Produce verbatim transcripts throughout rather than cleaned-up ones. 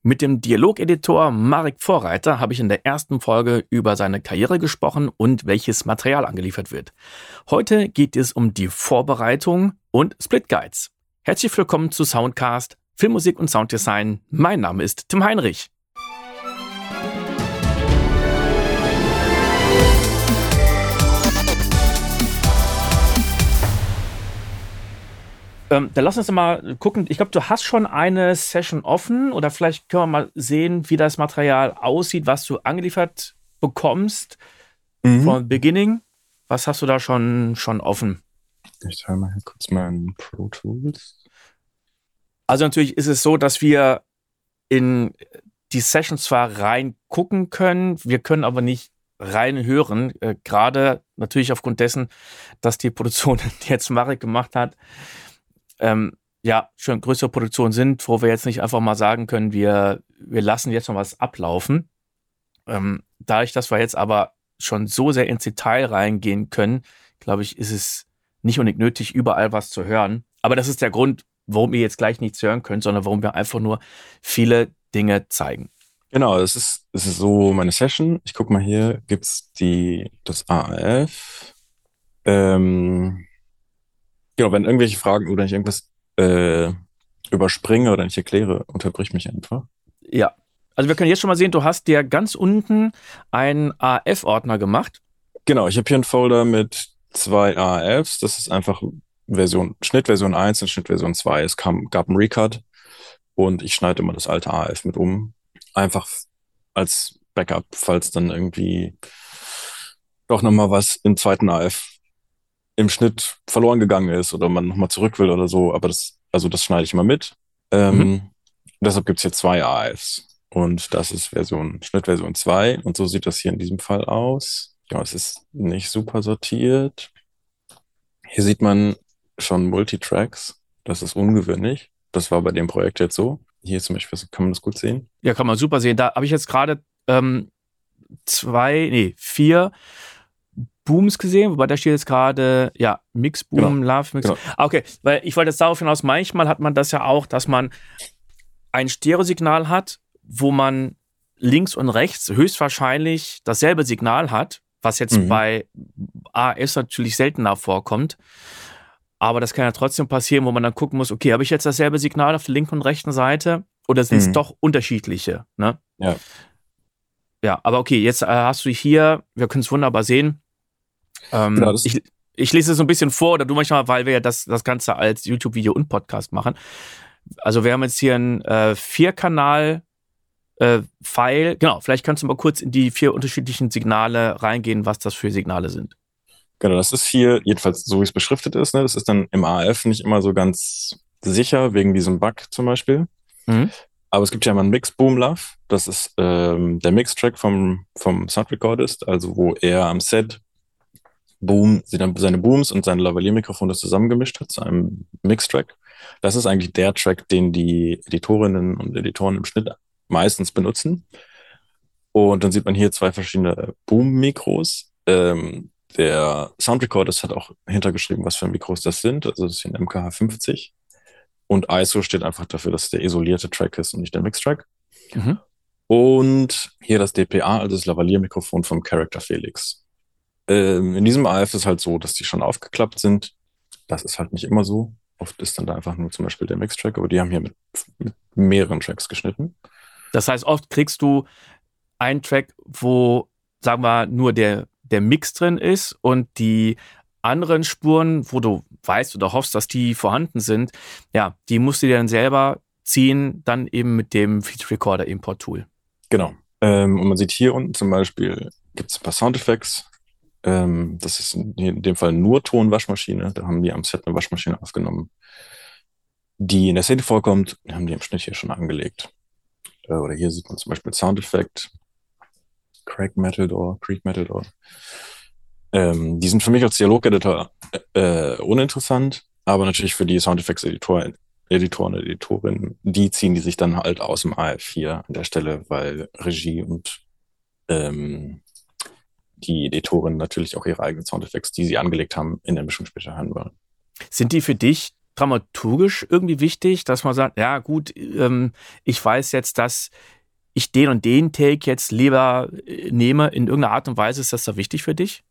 Mit dem Dialogeditor Marek Vorreiter habe ich in der ersten Folge über seine Karriere gesprochen und welches Material angeliefert wird. Heute geht es um die Vorbereitung und Split Guides. Herzlich willkommen zu Soundcast, Filmmusik und Sounddesign. Mein Name ist Tim Heinrich. Ähm, dann lass uns mal gucken. Ich glaube, du hast schon eine Session offen oder vielleicht können wir mal sehen, wie das Material aussieht, was du angeliefert bekommst Mhm. vom Beginning. Was hast du da schon, schon offen? Ich teile mal hier kurz meinen Pro Tools. Also natürlich ist es so, dass wir in die Session zwar reingucken können, wir können aber nicht reinhören. Äh, gerade natürlich aufgrund dessen, dass die Produktion, die jetzt Marek gemacht hat, Ähm, ja, schon größere Produktionen sind, wo wir jetzt nicht einfach mal sagen können, wir, wir lassen jetzt noch was ablaufen. Ähm, dadurch, dass wir jetzt aber schon so sehr ins Detail reingehen können, glaube ich, ist es nicht unbedingt nötig, überall was zu hören. Aber das ist der Grund, warum ihr jetzt gleich nichts hören könnt, sondern warum wir einfach nur viele Dinge zeigen. Genau, das ist, das ist so meine Session. Ich gucke mal hier, gibt es die, das A A F. Ähm, genau, wenn irgendwelche Fragen oder ich irgendwas äh, überspringe oder nicht erkläre, unterbrich mich einfach. Ja, also wir können jetzt schon mal sehen, du hast dir ganz unten einen A F-Ordner gemacht. Genau, ich habe hier einen Folder mit zwei A A Fs. Das ist einfach Version, Schnittversion eins und Schnittversion zwei. Es kam, gab einen Recut und ich schneide immer das alte A A F mit um. Einfach als Backup, falls dann irgendwie doch nochmal was im zweiten A F im Schnitt verloren gegangen ist oder man nochmal zurück will oder so. Aber das, also das schneide ich immer mit. Mhm. Ähm, deshalb gibt's hier zwei A A Fs. Und das ist Version, Schnittversion zwei. Und so sieht das hier in diesem Fall aus. Ja, es ist nicht super sortiert. Hier sieht man schon Multitracks. Das ist ungewöhnlich. Das war bei dem Projekt jetzt so. Hier zum Beispiel kann man das gut sehen. Ja, kann man super sehen. Da habe ich jetzt gerade ähm, zwei, nee, vier Booms gesehen, wobei da steht jetzt gerade, ja, Mix, Boom, Genau, Love, Mix. genau. Ah, okay, weil ich wollte jetzt darauf hinaus, manchmal hat man das ja auch, dass man ein Stereosignal hat, wo man links und rechts höchstwahrscheinlich dasselbe Signal hat, was jetzt Mhm. bei A S natürlich seltener vorkommt. Aber das kann ja trotzdem passieren, wo man dann gucken muss, okay, habe ich jetzt dasselbe Signal auf der linken und rechten Seite oder sind es Mhm. doch unterschiedliche? Ne? Ja. Ja, aber okay, jetzt äh, hast du hier, wir können es wunderbar sehen. Ähm, Genau, das, ich, ich lese es so ein bisschen vor, oder du manchmal, weil wir ja das, das Ganze als YouTube-Video und Podcast machen. Also wir haben jetzt hier einen äh, Vier-Kanal- äh, File. Genau, vielleicht kannst du mal kurz in die vier unterschiedlichen Signale reingehen, was das für Signale sind. genau, das ist hier, jedenfalls so wie es beschriftet ist, ne, das ist dann im A A F nicht immer so ganz sicher, wegen diesem Bug zum Beispiel. Mhm. Aber es gibt ja mal einen Mix Boom Love. Das ist ähm, der Mix-Track vom, vom Soundrecordist, also wo er am Set Boom, sie dann seine Booms und sein Lavalier-Mikrofon das zusammengemischt hat zu einem Mix-Track. Das ist eigentlich der Track, den die Editorinnen und Editoren im Schnitt meistens benutzen. Und dann sieht man hier zwei verschiedene Boom-Mikros. Ähm, der Soundrecordist hat auch hintergeschrieben, was für Mikros das sind. Also das ist hier ein M K H fünfzig. Und I S O steht einfach dafür, dass es der isolierte Track ist und nicht der Mix-Track. Mhm. Und hier das D P A, also das Lavalier-Mikrofon vom Character Felix. Ähm, in diesem A F ist halt so, dass die schon aufgeklappt sind. Das ist halt nicht immer so. Oft ist dann da einfach nur zum Beispiel der Mix-Track, aber die haben hier mit, mit mehreren Tracks geschnitten. Das heißt, oft kriegst du einen Track, wo, sagen wir, nur der, der Mix drin ist und die anderen Spuren, wo du weißt oder hoffst, dass die vorhanden sind, ja, die musst du dir dann selber ziehen, dann eben mit dem Feature Recorder Import Tool. Genau. Ähm, und man sieht hier unten zum Beispiel, gibt es ein paar Soundeffects. Ähm, das ist in, in dem Fall nur Ton-Waschmaschine. Da haben die am Set eine Waschmaschine aufgenommen, die in der Szene vorkommt. Die haben die im Schnitt hier schon angelegt. Äh, oder hier sieht man zum Beispiel Soundeffekt. Crack Metal Door, Creek Metal Door. Ähm, die sind für mich als Dialogeditor äh, uninteressant, aber natürlich für die Soundeffects-Editoren Editoren und Editorinnen, die ziehen die sich dann halt aus dem A F vier an der Stelle, weil Regie und ähm, die Editorinnen natürlich auch ihre eigenen Soundeffects, die sie angelegt haben, in der Mischung später hören wollen. Sind die für dich dramaturgisch irgendwie wichtig, dass man sagt, ja gut, ähm, ich weiß jetzt, dass ich den und den Take jetzt lieber äh, nehme in irgendeiner Art und Weise. Ist das da wichtig für dich?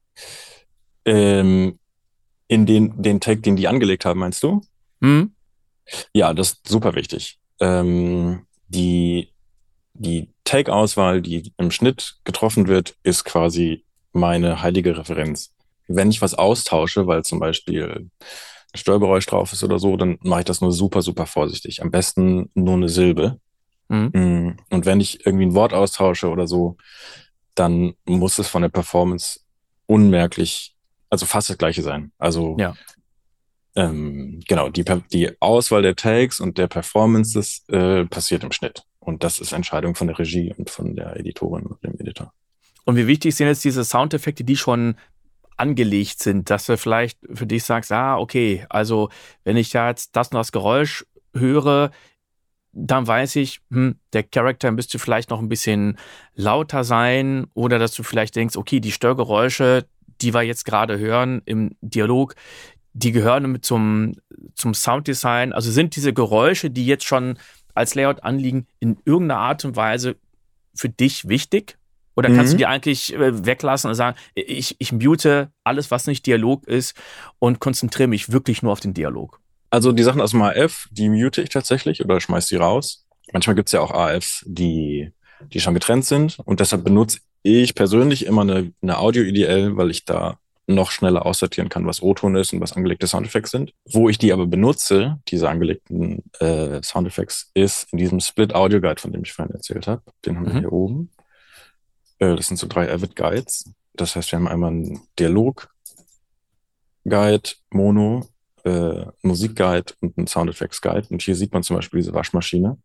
Ähm, in den, den Tag, den die angelegt haben, meinst du? Hm? Ja, das ist super wichtig. Ähm, die die Take-Auswahl, die im Schnitt getroffen wird, ist quasi meine heilige Referenz. Wenn ich was austausche, weil zum Beispiel ein Störgeräusch drauf ist oder so, dann mache ich das nur super, super vorsichtig. Am besten nur eine Silbe. Hm? Mm, Und wenn ich irgendwie ein Wort austausche oder so, dann muss es von der Performance unmerklich, also fast das gleiche sein. Also Ja. ähm, genau, die, Per- die Auswahl der Takes und der Performances äh, passiert im Schnitt. Und das ist Entscheidung von der Regie und von der Editorin und dem Editor. Und wie wichtig sind jetzt diese Soundeffekte, die schon angelegt sind, dass du vielleicht für dich sagst, ah, okay, also wenn ich da jetzt das und das Geräusch höre, dann weiß ich, hm, der Charakter müsste vielleicht noch ein bisschen lauter sein oder dass du vielleicht denkst, okay, die Störgeräusche, die wir jetzt gerade hören im Dialog, die gehören mit zum, zum Sounddesign. Also sind diese Geräusche, die jetzt schon als Layout anliegen, in irgendeiner Art und Weise für dich wichtig? Oder kannst du Mhm. die eigentlich äh, weglassen und sagen, ich, ich mute alles, was nicht Dialog ist und konzentriere mich wirklich nur auf den Dialog? Also die Sachen aus dem A F, die mute ich tatsächlich oder schmeiß die raus. Manchmal gibt's ja auch A Fs, die, die schon getrennt sind. Und deshalb benutze ich persönlich immer eine, eine Audio-I D L, weil ich da noch schneller aussortieren kann, was O-Ton ist und was angelegte Soundeffekte sind. Wo ich die aber benutze, diese angelegten äh, Soundeffekte, ist in diesem Split Audio Guide, von dem ich vorhin erzählt habe. Den haben wir Mhm. hier oben. Äh, das sind so drei Avid Guides. Das heißt, wir haben einmal einen Dialog-Guide, Mono, äh, Musik-Guide und einen Soundeffects-Guide. Und hier sieht man zum Beispiel diese Waschmaschine.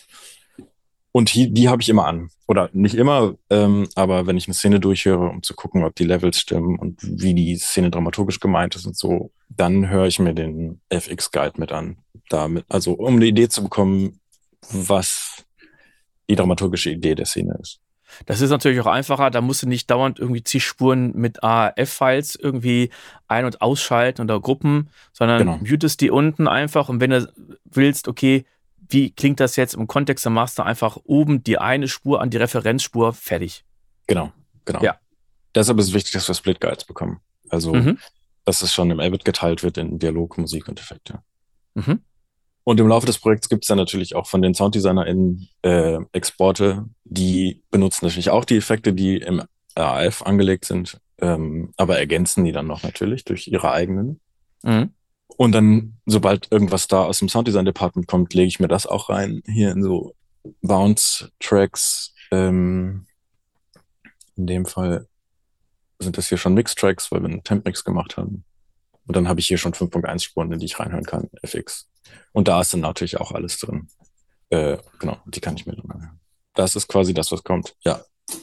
Und hier, die habe ich immer an. Oder nicht immer, ähm, aber wenn ich eine Szene durchhöre, um zu gucken, ob die Levels stimmen und wie die Szene dramaturgisch gemeint ist und so, dann höre ich mir den F X-Guide mit an. Damit, also um eine Idee zu bekommen, was die dramaturgische Idee der Szene ist. Das ist natürlich auch einfacher, da musst du nicht dauernd irgendwie zig Spuren mit A F-Files irgendwie ein- und ausschalten oder Gruppen, sondern Genau, mutest die unten einfach und wenn du willst, okay, wie klingt das jetzt im Kontext, dann machst du einfach oben die eine Spur an die Referenzspur, fertig. genau, genau. Ja. Deshalb ist es wichtig, dass wir Split Guides bekommen. Also, Mhm. dass es schon im Avid geteilt wird in Dialog, Musik und Effekte. Mhm. Und im Laufe des Projekts gibt es dann natürlich auch von den SounddesignerInnen äh, Exporte, die benutzen natürlich auch die Effekte, die im A F angelegt sind, ähm, aber ergänzen die dann noch natürlich durch ihre eigenen. Mhm. Und dann, sobald irgendwas da aus dem Sounddesign-Department kommt, lege ich mir das auch rein, hier in so Bounce-Tracks. Ähm, in dem Fall sind das hier schon Mix-Tracks, weil wir einen Temp-Mix gemacht haben. Und dann habe ich hier schon fünf Punkt eins Spuren, in die ich reinhören kann, F X. Und da ist dann natürlich auch alles drin. Äh, genau, die kann ich mir dann anhören. Das ist quasi das, was kommt. Ja.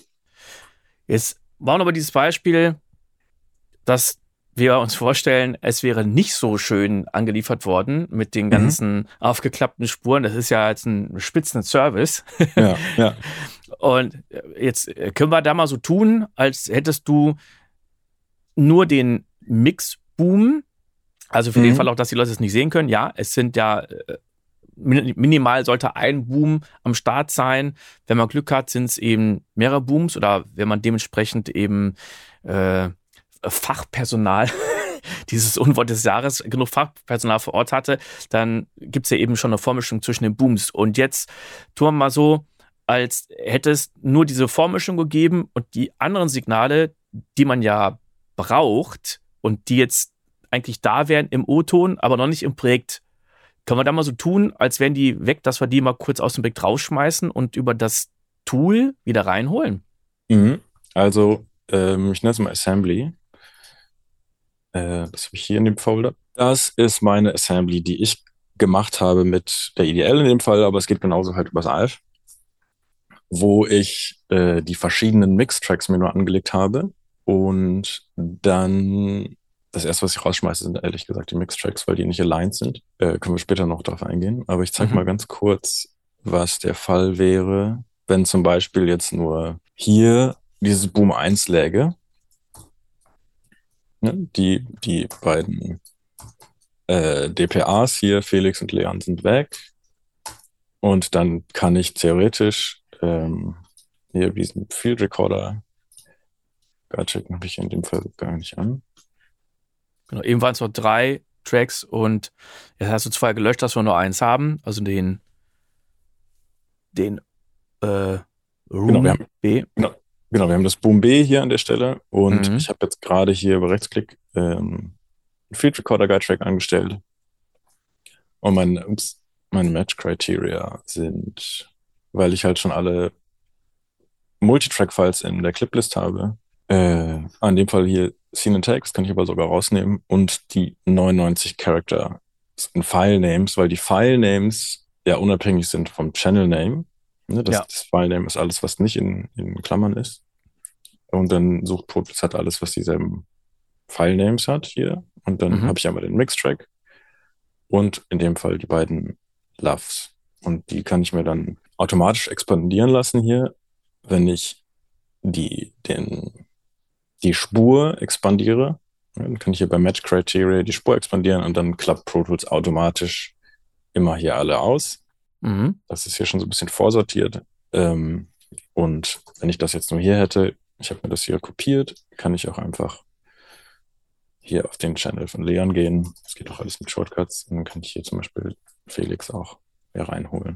Jetzt war noch aber dieses Beispiel, dass wir uns vorstellen, es wäre nicht so schön angeliefert worden mit den Mhm. ganzen aufgeklappten Spuren. Das ist ja jetzt ein spitzen Service. Ja, ja. Und jetzt können wir da mal so tun, als hättest du nur den Mixboom. Also für den Fall Mhm. auch, dass die Leute es nicht sehen können. Ja, es sind ja äh, min- minimal sollte ein Boom am Start sein. Wenn man Glück hat, sind es eben mehrere Booms oder wenn man dementsprechend eben äh, Fachpersonal, dieses Unwort des Jahres, genug Fachpersonal vor Ort hatte, dann gibt es ja eben schon eine Vormischung zwischen den Booms. Und jetzt tun wir mal so, als hätte es nur diese Vormischung gegeben und die anderen Signale, die man ja braucht und die jetzt eigentlich da wären im O-Ton, aber noch nicht im Projekt. Können wir da mal so tun, als wären die weg, dass wir die mal kurz aus dem Projekt rausschmeißen und über das Tool wieder reinholen? Mhm. Also, ähm, ich nenne es mal Assembly. Äh, das habe ich hier in dem Folder. Das ist meine Assembly, die ich gemacht habe mit der I D L in dem Fall, aber es geht genauso halt übers A F, wo ich äh, die verschiedenen Mix-Tracks mir nur angelegt habe. Und dann das erste, was ich rausschmeiße, sind ehrlich gesagt die Mix-Tracks, weil die nicht aligned sind. Äh, können wir später noch darauf eingehen. Aber ich zeige Mhm. mal ganz kurz, was der Fall wäre, wenn zum Beispiel jetzt nur hier dieses Boom eins läge. Ne? Die, die beiden äh, D P As hier, Felix und Leon sind weg. Und dann kann ich theoretisch ähm, hier diesen Field Recorder Guide-Track habe ich in dem Fall gar nicht an. Genau, eben waren es noch drei Tracks und jetzt hast du zwei gelöscht, dass wir nur eins haben, also den den äh, Room Genau, wir haben, B. genau, genau, wir haben das Boom B hier an der Stelle und Mhm. ich habe jetzt gerade hier über Rechtsklick ähm, einen Field Recorder Guide Track angestellt und mein, ups, meine Match Criteria sind, weil ich halt schon alle Multitrack-Files in der Cliplist habe, äh, an dem Fall hier Scene and Text kann ich aber sogar rausnehmen und die neunundneunzig Character in File-Names, weil die File-Names ja unabhängig sind vom Channel-Name. Ne, das, Ja. das File-Name ist alles, was nicht in, in Klammern ist. Und dann sucht Pro Tools halt alles, was dieselben File-Names hat hier. Und dann Mhm. habe ich aber den Mix-Track und in dem Fall die beiden Loves. Und die kann ich mir dann automatisch expandieren lassen hier, wenn ich die, den, die Spur expandiere. Ja, dann kann ich hier bei Match Criteria die Spur expandieren und dann klappt Pro Tools automatisch immer hier alle aus. Mhm. Das ist hier schon so ein bisschen vorsortiert. Ähm, und wenn ich das jetzt nur hier hätte, ich habe mir das hier kopiert, kann ich auch einfach hier auf den Channel von Leon gehen. Das geht auch alles mit Shortcuts. Und dann kann ich hier zum Beispiel Felix auch hier reinholen.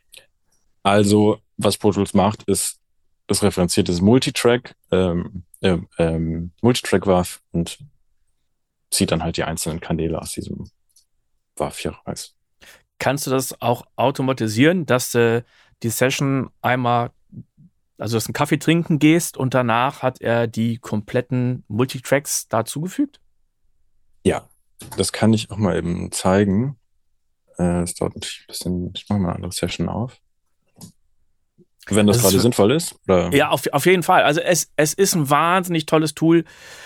Also, was Pro Tools macht, ist, das referenziert das Multitrack, ähm, äh, ähm, Multitrack-W A V und zieht dann halt die einzelnen Kanäle aus diesem W A V hier raus. Kannst du das auch automatisieren, dass du die Session einmal, also dass du einen Kaffee trinken gehst und danach hat er die kompletten Multitracks dazugefügt? Ja, das kann ich auch mal eben zeigen. Äh, Es dauert natürlich ein bisschen, ich mache mal eine andere Session auf. Wenn das Das gerade ist, sinnvoll ist, oder? ja, auf, auf jeden Fall. Also es, es ist ein wahnsinnig tolles Tool,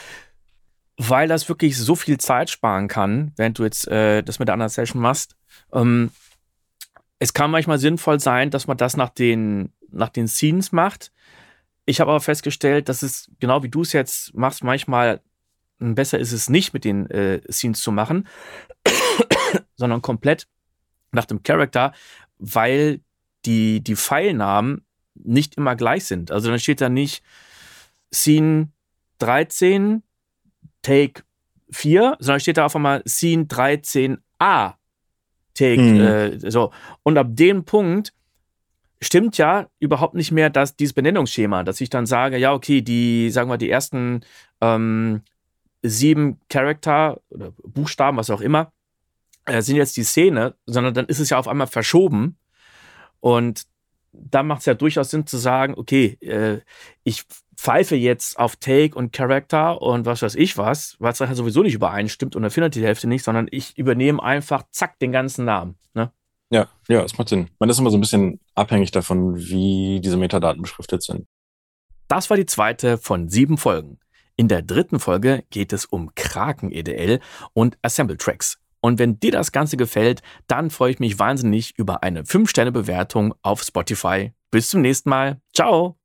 weil das wirklich so viel Zeit sparen kann, während du jetzt äh, das mit der anderen Session machst. Ähm, es kann manchmal sinnvoll sein, dass man das nach den, nach den Scenes macht. Ich habe aber festgestellt, dass es, genau wie du es jetzt machst, manchmal besser ist es nicht, mit den äh, Scenes zu machen, sondern komplett nach dem Charakter, weil die, die Pfeilnamen nicht immer gleich sind. Also dann steht da nicht Scene dreizehn, Take vier, sondern steht da auf einmal Scene dreizehn a, Take, Mhm. äh, so. Und ab dem Punkt stimmt ja überhaupt nicht mehr dass dieses Benennungsschema, dass ich dann sage, ja, okay, die, sagen wir, die ersten ähm, sieben Charakter oder Buchstaben, was auch immer, äh, sind jetzt die Szene, sondern dann ist es ja auf einmal verschoben. Und da macht es ja durchaus Sinn zu sagen, okay, äh, ich pfeife jetzt auf Take und Character und was weiß ich was, was ja sowieso nicht übereinstimmt und dann findet die Hälfte nicht, sondern ich übernehme einfach, zack, den ganzen Namen. Ne? Ja, ja, es macht Sinn. Man ist immer so ein bisschen abhängig davon, wie diese Metadaten beschriftet sind. Das war die zweite von sieben Folgen. In der dritten Folge geht es um Kraken-E D L und Assemble Tracks. Und wenn dir das Ganze gefällt, dann freue ich mich wahnsinnig über eine fünf Sterne Bewertung auf Spotify. Bis zum nächsten Mal. Ciao!